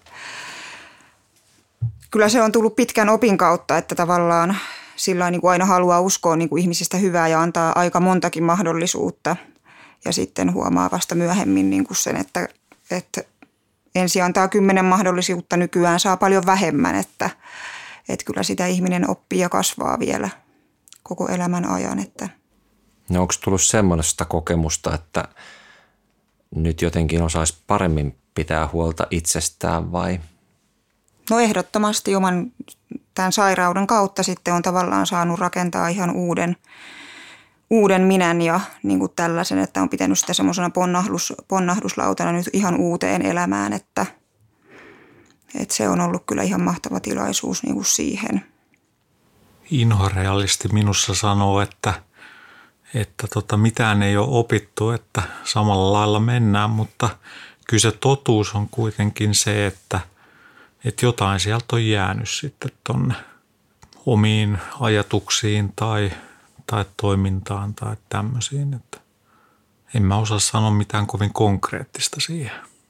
kyllä se on tullut pitkän opin kautta, että tavallaan sillä niin kuin aina haluaa uskoa niin kuin ihmisistä hyvää ja antaa aika montakin mahdollisuutta. Ja sitten huomaa vasta myöhemmin niin kuin sen, että, että ensin antaa kymmenen mahdollisuutta, nykyään saa paljon vähemmän, että, että kyllä sitä ihminen oppii ja kasvaa vielä koko elämän ajan. Että. No onko tullut semmoista kokemusta, että nyt jotenkin osaisi paremmin pitää huolta itsestään vai? No ehdottomasti oman tämän sairauden kautta sitten on tavallaan saanut rakentaa ihan uuden, uuden minän ja niin kuin tällaisen, että on pitänyt sitä semmoisena ponnahdus, ponnahduslautana nyt ihan uuteen elämään, että, että se on ollut kyllä ihan mahtava tilaisuus niin kuin siihen. Inhorealisti minussa sanoo, että, että tota, mitään ei ole opittu, että samalla lailla mennään, mutta kyllä se totuus on kuitenkin se, että, että jotain sieltä on jäänyt sitten tuonne omiin ajatuksiin tai, tai toimintaan tai tämmöisiin. Että en mä osaa sanoa mitään kovin konkreettista siihen.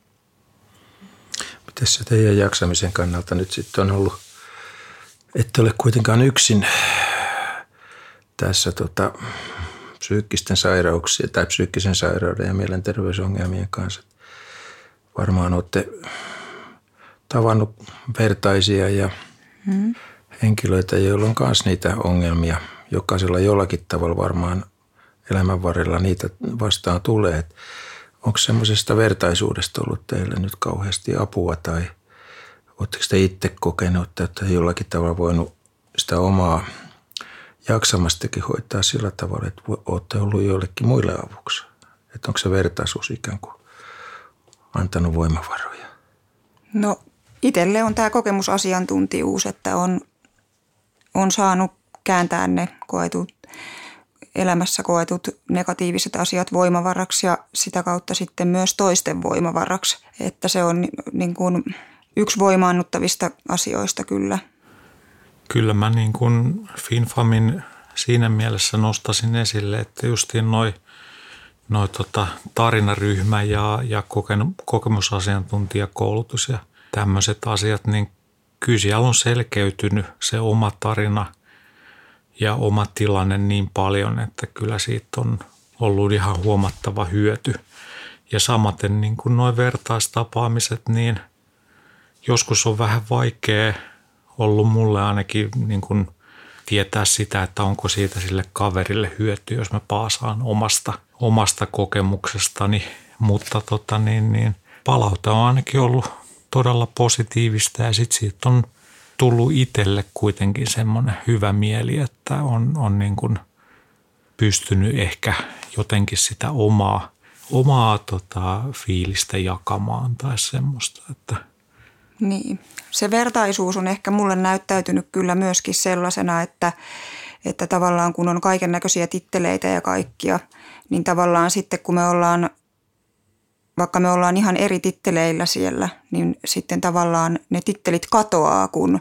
Miten se teidän jaksamisen kannalta nyt sitten on ollut, ette ole kuitenkaan yksin tässä tota, psyykkisten sairauksien tai psyykkisen sairauden ja mielenterveysongelmien kanssa? Varmaan olette tavannut vertaisia ja hmm. henkilöitä, joilla on myös niitä ongelmia. Jokaisella jollakin tavalla varmaan elämän varrella niitä vastaan tulee. Et onko semmoisesta vertaisuudesta ollut teille nyt kauheasti apua tai Oletteko te itse kokenut, että olette jollakin tavalla voinut sitä omaa jaksamastakin hoitaa sillä tavalla, että olette ollut joillekin muille avuksi? Että onko se vertaisuus ikään kuin antanut voimavaroja? No itselle on tämä kokemusasiantuntijuus, että on, on saanut kääntää ne koetut, elämässä koetut negatiiviset asiat voimavaraksi ja sitä kautta sitten myös toisten voimavaraksi. Että se on niin kuin yksi voimaannuttavista asioista kyllä. Kyllä mä niin kuin FinFamin siinä mielessä nostasin esille, että justiin noi, noi tota tarinaryhmä ja, ja kokemusasiantuntijakoulutus ja tämmöiset asiat, niin kyllä siellä on selkeytynyt se oma tarina ja oma tilanne niin paljon, että kyllä siitä on ollut ihan huomattava hyöty. Ja samaten niin kuin nuo vertaistapaamiset, niin joskus on vähän vaikea ollut mulle ainakin niin kuin tietää sitä, että onko siitä sille kaverille hyötyä, jos mä paasaan omasta, omasta kokemuksestani. Mutta tota niin, niin palaute on ainakin ollut todella positiivista ja sitten siitä on tullut itselle kuitenkin semmoinen hyvä mieli, että on, on niin kuin pystynyt ehkä jotenkin sitä omaa, omaa tota fiilistä jakamaan tai semmoista. Että niin, se vertaisuus on ehkä mulle näyttäytynyt kyllä myöskin sellaisena, että, että tavallaan kun on kaiken näköisiä titteleitä ja kaikkia, niin tavallaan sitten kun me ollaan, vaikka me ollaan ihan eri titteleillä siellä, niin sitten tavallaan ne tittelit katoaa, kun,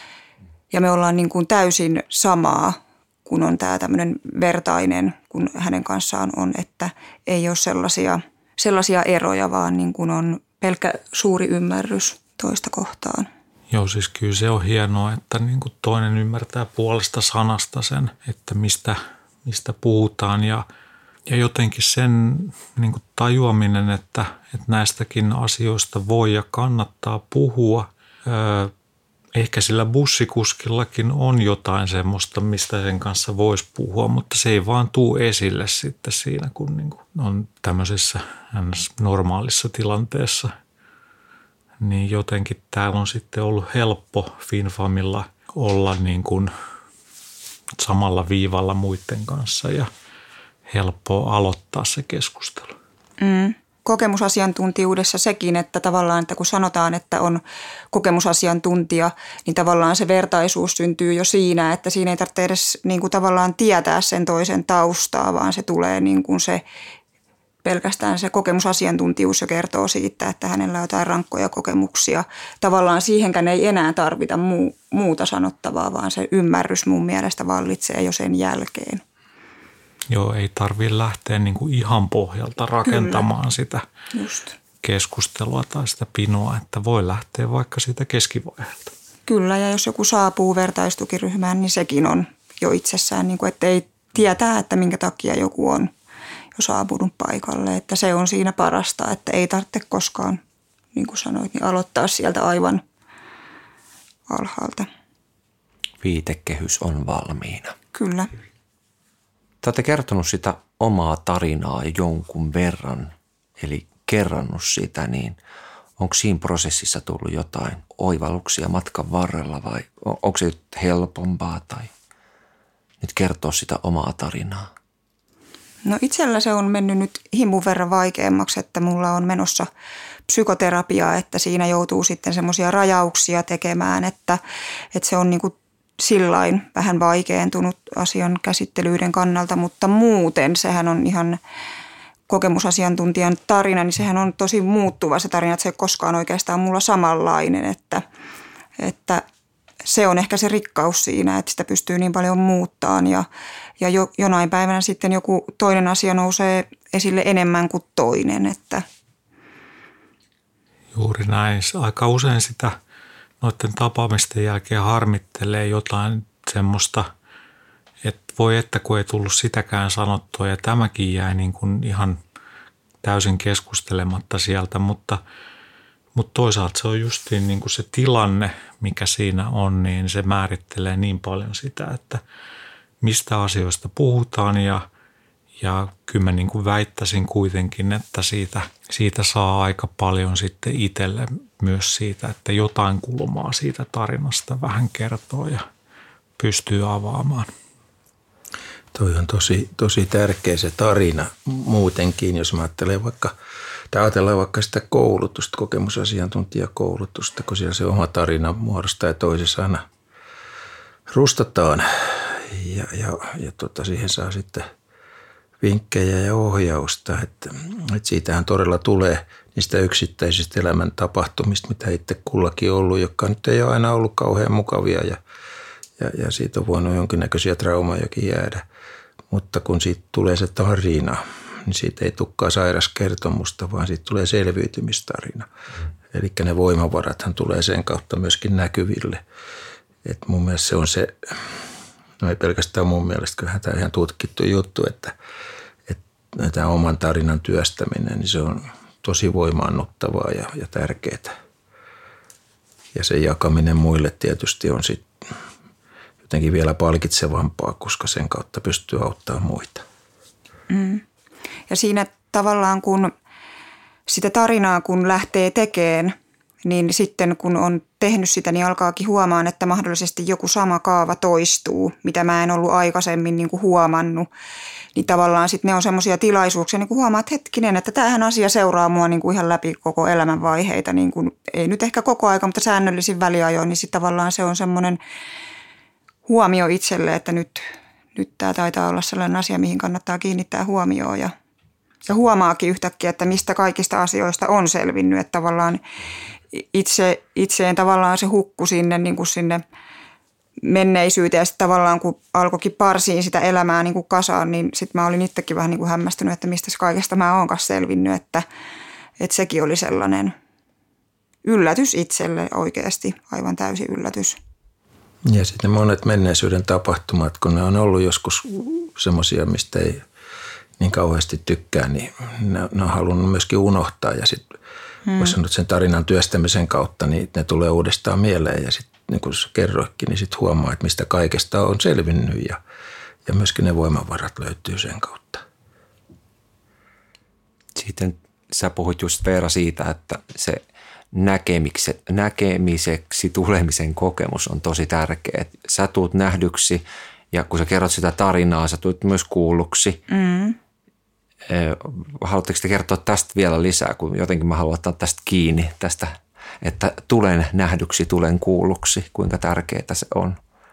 ja me ollaan niin kuin täysin samaa, kun on tämä tämmöinen vertainen, kun hänen kanssaan on, että ei ole sellaisia, sellaisia eroja, vaan niin kuin on pelkkä suuri ymmärrys toista kohtaan. Joo, siis kyllä se on hienoa, että niin kuin toinen ymmärtää puolesta sanasta sen, että mistä, mistä puhutaan ja Ja jotenkin sen niin kuin tajuaminen, että, että näistäkin asioista voi ja kannattaa puhua. Öö, ehkä sillä bussikuskillakin on jotain semmoista, mistä sen kanssa voisi puhua, mutta se ei vaan tule esille sitten siinä, kun niin kuin on tämmöisessä normaalissa tilanteessa. Niin jotenkin täällä on sitten ollut helppo FinFamilla olla niin kuin samalla viivalla muiden kanssa ja helppoa aloittaa se keskustelu. Mm. Kokemusasiantuntijuudessa sekin, että tavallaan, että kun sanotaan, että on kokemusasiantuntija, niin tavallaan se vertaisuus syntyy jo siinä, että siinä ei tarvitse edes niin kuin tavallaan tietää sen toisen taustaa, vaan se tulee niin kuin se pelkästään se kokemusasiantuntijuus jo kertoo siitä, että hänellä on jotain rankkoja kokemuksia. Tavallaan siihenkään ei enää tarvita muu, muuta sanottavaa, vaan se ymmärrys mun mielestä vallitsee jo sen jälkeen. Joo, ei tarvitse lähteä niin kuin ihan pohjalta rakentamaan Kyllä. sitä Just. keskustelua tai sitä pinoa, että voi lähteä vaikka siitä keskivaiheelta. Kyllä, ja jos joku saapuu vertaistukiryhmään, niin sekin on jo itsessään, niin kuin, että ei tietää, että minkä takia joku on jo saapunut paikalle. Että se on siinä parasta, että ei tarvitse koskaan, niin kuin sanoit, niin aloittaa sieltä aivan alhaalta. Viitekehys on valmiina. Kyllä. Te olette kertonut sitä omaa tarinaa jonkun verran, eli kerrannut sitä, niin onko siinä prosessissa tullut jotain oivalluksia matkan varrella vai onko se nyt helpompaa tai nyt kertoa sitä omaa tarinaa? No itsellä se on mennyt nyt himun verran vaikeammaksi, että mulla on menossa psykoterapiaa, että siinä joutuu sitten semmoisia rajauksia tekemään, että, että se on niin kuin sillain vähän vaikeentunut asian käsittelyiden kannalta, mutta muuten sehän on ihan kokemusasiantuntijan tarina, niin sehän on tosi muuttuva se tarina, että se ei koskaan oikeastaan mulla samanlainen, että, että se on ehkä se rikkaus siinä, että sitä pystyy niin paljon muuttamaan ja, ja jo, jonain päivänä sitten joku toinen asia nousee esille enemmän kuin toinen. Että. Juuri näin. Aika usein sitä noiden tapaamisten jälkeen harmittelee jotain semmoista, että voi että kun ei tullut sitäkään sanottua ja tämäkin jäi niin kuin ihan täysin keskustelematta sieltä, mutta, mutta toisaalta se on justiin niin kuin se tilanne, mikä siinä on, niin se määrittelee niin paljon sitä, että mistä asioista puhutaan ja, Ja kyllä mä niin kuin väittäisin kuitenkin, että siitä, siitä saa aika paljon sitten itselle myös siitä, että jotain kulmaa siitä tarinasta vähän kertoo ja pystyy avaamaan. Toi on tosi, tosi tärkeä se tarina muutenkin, jos mä ajattelen vaikka, tai ajatellaan vaikka sitä koulutusta, kokemusasiantuntijakoulutusta, kun siellä se oma tarina muodostaa ja toisessa aina rustataan ja, ja, ja tota, siihen saa sitten vinkkejä ja ohjausta, että, että siitähän todella tulee niistä yksittäisistä elämän tapahtumista, mitä itse kullakin ollut, jotka nyt ei ole aina ollut kauhean mukavia ja, ja, ja siitä on voinut jonkinnäköisiä traumajakin jäädä. Mutta kun siitä tulee se tarina, niin siitä ei tulekaan sairaskertomusta, vaan siitä tulee selviytymistarina. Mm. Eli ne voimavarathan tulee sen kautta myöskin näkyville. Et mun mielestä se on se, no ei pelkästään mun mielestä, kyllähän tämä on ihan tutkittu juttu, että, että tämä oman tarinan työstäminen, niin se on tosi voimaannuttavaa ja, ja tärkeää. Ja sen jakaminen muille tietysti on sitten jotenkin vielä palkitsevampaa, koska sen kautta pystyy auttamaan muita. Mm. Ja siinä tavallaan, kun sitä tarinaa kun lähtee tekemään, niin sitten kun on tehnyt sitä, niin alkaakin huomaan, että mahdollisesti joku sama kaava toistuu, mitä mä en ollut aikaisemmin niin kuin huomannut. Niin tavallaan sitten ne on semmoisia tilaisuuksia, niin kuin huomaa, että hetkinen, että tämähän asia seuraa mua niin kuin ihan läpi koko elämänvaiheita. Niin kuin, ei nyt ehkä koko aika, mutta säännöllisin väliajoin, niin sitten tavallaan se on semmoinen huomio itselle, että nyt, nyt tämä taitaa olla sellainen asia, mihin kannattaa kiinnittää huomioon. Ja, ja huomaakin yhtäkkiä, että mistä kaikista asioista on selvinnyt, että tavallaan itse, itseen tavallaan se hukku sinne, niin kuin sinne menneisyyteen ja sitten tavallaan kun alkoikin parsiin sitä elämää niin kuin kasaan, niin sitten mä olin itsekin vähän niin kuin hämmästynyt, että mistä kaikesta mä oon kanssa selvinnyt, että, että sekin oli sellainen yllätys itselle oikeasti, aivan täysi yllätys. Ja sitten monet menneisyyden tapahtumat, kun ne on ollut joskus semmoisia, mistä ei niin kauheasti tykkää, niin ne, ne on halunnut myöskin unohtaa ja sitten hmm. voisi sanoa sen tarinan työstämisen kautta, niin ne tulee uudestaan mieleen ja sitten niin kuin kerroikin, niin sitten huomaa, että mistä kaikesta on selvinnyt ja, ja myöskin ne voimavarat löytyy sen kautta. Sitten sä puhuit just Veera siitä, että se näkemiseksi tulemisen kokemus on tosi tärkeä. Sä tuut nähdyksi ja kun sä kerrot sitä tarinaa, sä tulet myös kuulluksi. Mm. Haluatteko te kertoa tästä vielä lisää, kun jotenkin mä haluan ottaa tästä kiinni, tästä, että tulen nähdyksi, tulen kuulluksi, kuinka tärkeää se on?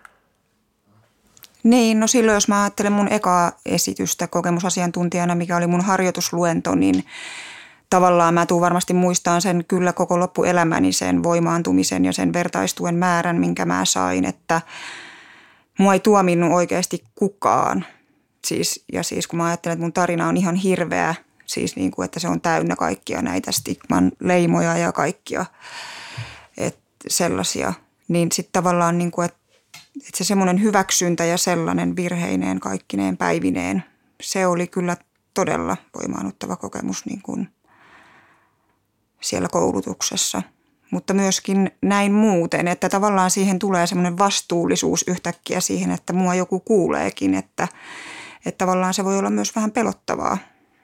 Niin, no silloin jos mä ajattelen mun ekaa esitystä kokemusasiantuntijana, mikä oli mun harjoitusluento, niin tavallaan mä tuun varmasti muistaan sen kyllä koko loppuelämäni, sen voimaantumisen ja sen vertaistuen määrän, minkä mä sain, että mua ei tuominnut oikeasti kukaan. Siis, ja siis kun mä ajattelen, että mun tarina on ihan hirveä, siis niin kuin, että se on täynnä kaikkia näitä stigman leimoja ja kaikkia että sellaisia, niin sitten tavallaan niin kuin, että, että se semmoinen hyväksyntä ja sellainen virheineen kaikkineen päivineen, se oli kyllä todella voimaannuttava kokemus niin kuin siellä koulutuksessa. Mutta myöskin näin muuten, että tavallaan siihen tulee semmoinen vastuullisuus yhtäkkiä siihen, että mua joku kuuleekin, että, että tavallaan se voi olla myös vähän pelottavaa.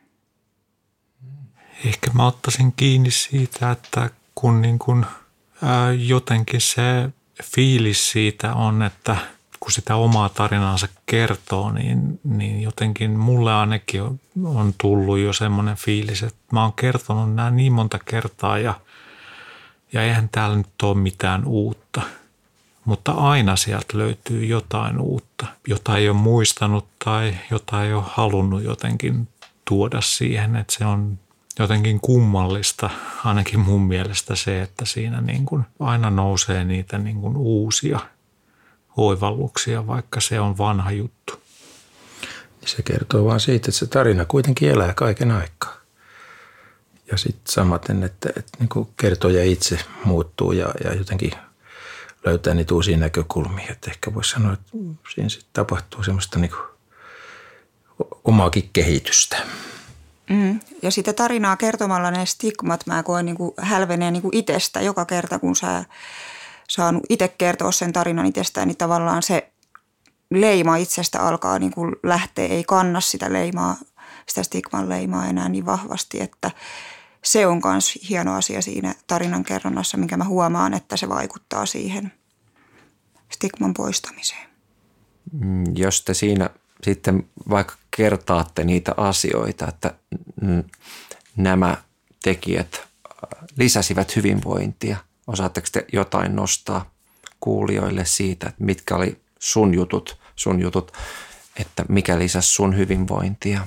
Ehkä mä ottaisin kiinni siitä, että kun niin kun, ää, jotenkin se fiilis siitä on, että kun sitä omaa tarinaansa kertoo, niin, niin jotenkin mulle ainakin on, on tullut jo semmoinen fiilis, että mä oon kertonut nämä niin monta kertaa ja, ja eihän täällä nyt ole mitään uutta. Mutta aina sieltä löytyy jotain uutta, jota ei ole muistanut tai jota ei ole halunnut jotenkin tuoda siihen, että se on jotenkin kummallista, ainakin mun mielestä se, että siinä niin kuin aina nousee niitä niin kuin uusia oivalluksia, vaikka se on vanha juttu. Se kertoo vaan siitä, että se tarina kuitenkin elää kaiken aikaa. Ja sitten samaten, että, että niin kuin kertoja itse muuttuu ja, ja jotenkin löytää niitä uusia näkökulmia. Että ehkä voisi sanoa, että siinä sitten tapahtuu semmoista niin kuin omaakin kehitystä. Mm. Ja sitä tarinaa kertomalla ne stigmat mä koen niin kuin hälvenee niin kuin itsestä joka kerta, kun sä saanut itse kertoa sen tarinan itsestään, niin tavallaan se leima itsestä alkaa niin kuin lähteä, ei kanna sitä leimaa sitä stigman leimaa enää niin vahvasti, että se on myös hieno asia siinä tarinankerronnassa, minkä mä huomaan, että se vaikuttaa siihen stigman poistamiseen. Jos te siinä sitten vaikka kertaatte niitä asioita, että nämä tekijät lisäsivät hyvinvointia, osaatteko te jotain nostaa kuulijoille siitä, että mitkä oli sun jutut, sun jutut, että mikä lisäsi sun hyvinvointia?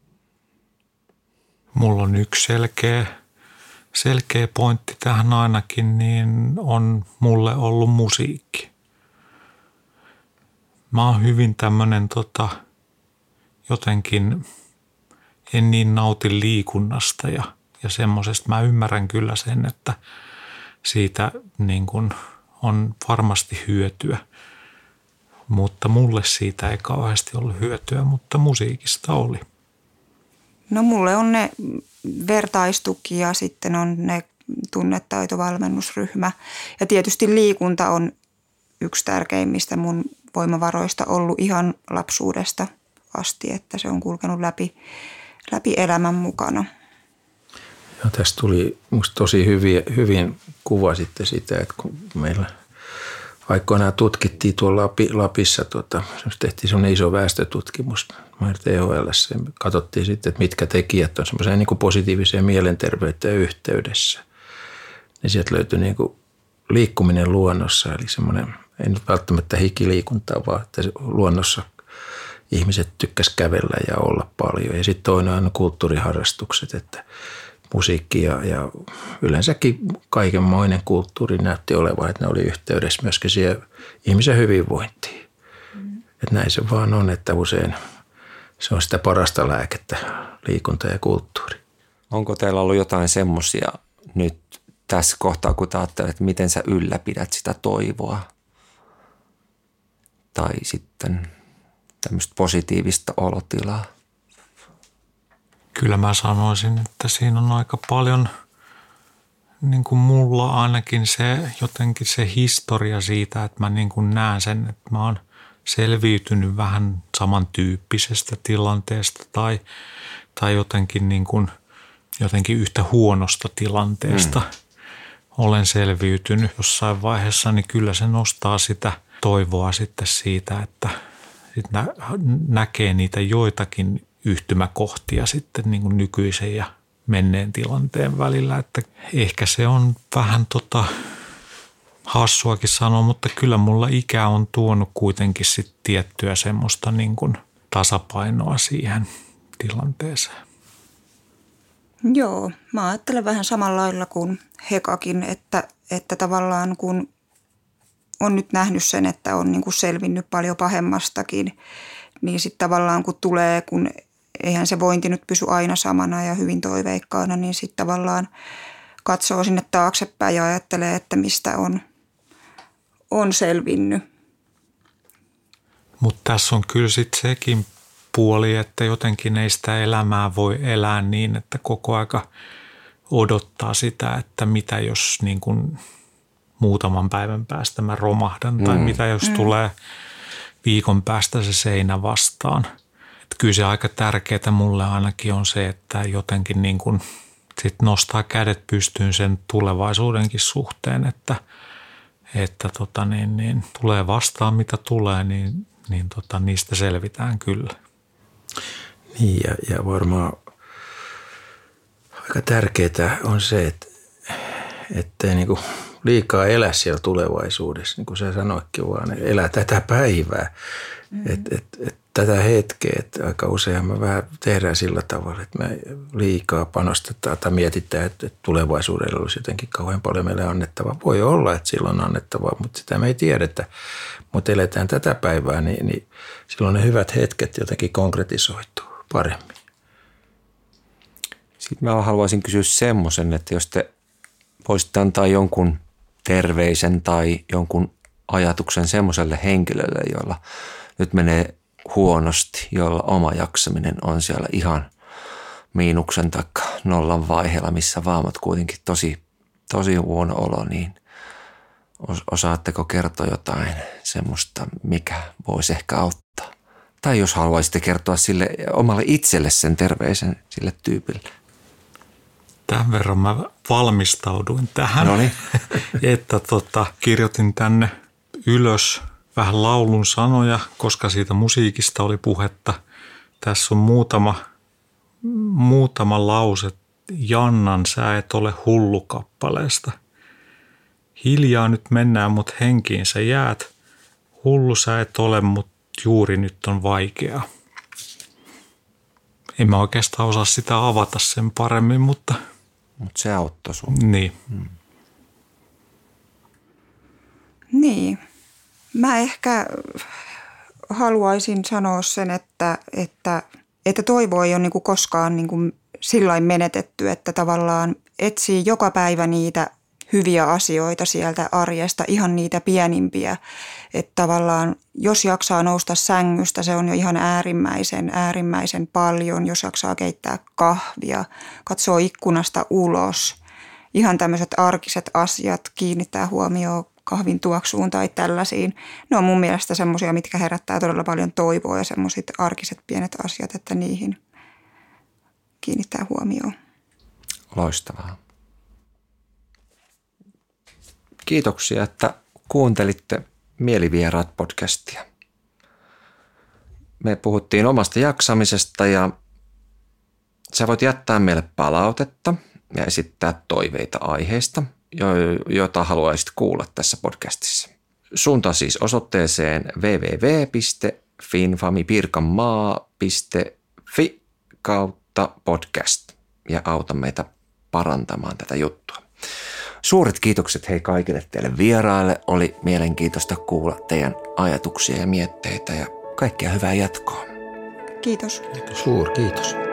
Mulla on yksi selkeä, selkeä pointti tähän ainakin, niin on mulle ollut musiikki. Mä oon hyvin tämmönen tota, jotenkin en niin nauti liikunnasta ja, ja semmosesta. Mä ymmärrän kyllä sen, että siitä niin kun on varmasti hyötyä, mutta mulle siitä ei kauheasti ollut hyötyä, mutta musiikista oli. No mulle on ne vertaistuki ja sitten on ne tunnetaitovalmennusryhmä. Ja tietysti liikunta on yksi tärkeimmistä mun voimavaroista ollut ihan lapsuudesta asti, että se on kulkenut läpi, läpi elämän mukana. Ja tästä tuli musta tosi hyvin, hyvin kuva sitten sitä, että kun meillä aikoinaan tutkittiin tuolla Lapi, Lapissa, tuota, tehtiin semmoinen iso väestötutkimus T H L:ssä. Katsottiin sitten, että mitkä tekijät on semmoiseen niin kuin positiiviseen mielenterveyteen yhteydessä. Niin sieltä löytyi niin kuin liikkuminen luonnossa, eli semmoinen, ei nyt välttämättä hikiliikuntaa, vaan että luonnossa ihmiset tykkäs kävellä ja olla paljon. Ja sitten toinen on kulttuuriharrastukset, että musiikki ja, ja yleensäkin kaikenmoinen kulttuuri näytti olevan, että ne oli yhteydessä myöskin siihen ihmisen hyvinvointiin. Mm. Että näin se vaan on, että usein se on sitä parasta lääkettä, liikunta ja kulttuuri. Onko teillä ollut jotain semmoisia nyt tässä kohtaa, kun ajattelet, että miten sä ylläpidät sitä toivoa tai sitten tämmöistä positiivista olotilaa? Kyllä mä sanoisin, että siinä on aika paljon, niin kuin mulla ainakin se jotenkin se historia siitä, että mä niin kuin näen sen, että mä oon selviytynyt vähän samantyyppisestä tilanteesta tai, tai jotenkin, niin kuin, jotenkin yhtä huonosta tilanteesta. Mm. Olen selviytynyt jossain vaiheessa, niin kyllä se nostaa sitä toivoa sitten siitä, että sit nä- näkee niitä joitakin yhtymäkohtia sitten niin kuin nykyisen ja menneen tilanteen välillä, että ehkä se on vähän tota hassuakin sanoa, mutta kyllä mulla ikä on tuonut kuitenkin sit tiettyä semmoista niin kuin tasapainoa siihen tilanteeseen. Joo, mä ajattelen vähän samalla lailla kuin Hekakin, että, että tavallaan kun on nyt nähnyt sen, että on niin kuin selvinnyt paljon pahemmastakin, niin sitten tavallaan kun tulee, kun eihän se vointi nyt pysy aina samana ja hyvin toiveikkaana, niin sitten tavallaan katsoo sinne taaksepäin ja ajattelee, että mistä on, on selvinnyt. Mutta tässä on kyllä sitten sekin puoli, että jotenkin ei sitä elämää voi elää niin, että koko aika odottaa sitä, että mitä jos niin kun muutaman päivän päästä mä romahdan tai mm. mitä jos mm. tulee viikon päästä se seinä vastaan. Että kyllä se aika tärkeää mulle ainakin on se, että jotenkin niin kun sit nostaa kädet pystyyn sen tulevaisuudenkin suhteen, että, että tota niin, niin, tulee vastaan mitä tulee, niin, niin tota, niistä selvitään kyllä. Niin ja, ja varmaan aika tärkeää on se, että ettei niinku liikaa elä siellä tulevaisuudessa, niin kuin sä sanoitkin, vaan elää tätä päivää, mm-hmm. että et, et, tätä hetkeä. Että aika usein me vähän tehdään sillä tavalla, että me liikaa panostetaan tai mietitään, että, että tulevaisuudella olisi jotenkin kauhean paljon meille annettavaa. Voi olla, että silloin on annettavaa, mutta sitä me ei tiedetä. Mutta eletään tätä päivää, niin, niin silloin ne hyvät hetket jotenkin konkretisoituu paremmin. Sitten mä haluaisin kysyä semmoisen, että jos te voisitte antaa jonkun terveisen tai jonkun ajatuksen semmoiselle henkilölle, jolla nyt menee huonosti, jolla oma jaksaminen on siellä ihan miinuksen tai nollan vaiheella, missä vaan, mutta kuitenkin tosi, tosi huono olo, niin osaatteko kertoa jotain semmoista, mikä voisi ehkä auttaa Tai jos haluaisitte kertoa sille omalle itselle sen terveisen sille tyypille. Tämän verran mä valmistauduin tähän, No niin. että tota, kirjoitin tänne ylös vähän laulun sanoja, koska siitä musiikista oli puhetta. Tässä on muutama, muutama lause Jannan Sä et ole hullu -kappaleesta. Hiljaa nyt mennään, mut henkiin sä jäät. Hullu sä et ole, mut juuri nyt on vaikeaa. En mä oikeastaan osaa sitä avata sen paremmin, mutta... Mutta se auttoi sun. Niin. Hmm. Niin. Mä ehkä haluaisin sanoa sen, että, että, että toivo ei ole niin kuin koskaan niin kuin sillain menetetty, että tavallaan etsii joka päivä niitä hyviä asioita sieltä arjesta, ihan niitä pienimpiä. Että tavallaan jos jaksaa nousta sängystä, se on jo ihan äärimmäisen, äärimmäisen paljon. Jos jaksaa keittää kahvia, katsoo ikkunasta ulos, ihan tämmöiset arkiset asiat, kiinnittää huomioon kahvin tuoksuun tai tällaisiin. Ne on mun mielestä semmoisia, mitkä herättää todella paljon toivoa ja semmoiset arkiset pienet asiat, että niihin kiinnittää huomioon. Loistavaa. Kiitoksia, että kuuntelitte Mielivieraat podcastia. Me puhuttiin omasta jaksamisesta ja sä voit jättää meille palautetta ja esittää toiveita aiheista, joita haluaisit kuulla tässä podcastissa. Suuntaa siis osoitteeseen double-u double-u double-u piste finfamipirkanmaa piste fi kautta podcast ja auta meitä parantamaan tätä juttua. Suuret kiitokset hei kaikille teille vieraille. Oli mielenkiintoista kuulla teidän ajatuksia ja mietteitä ja kaikkea hyvää jatkoa. Kiitos. Suur kiitos.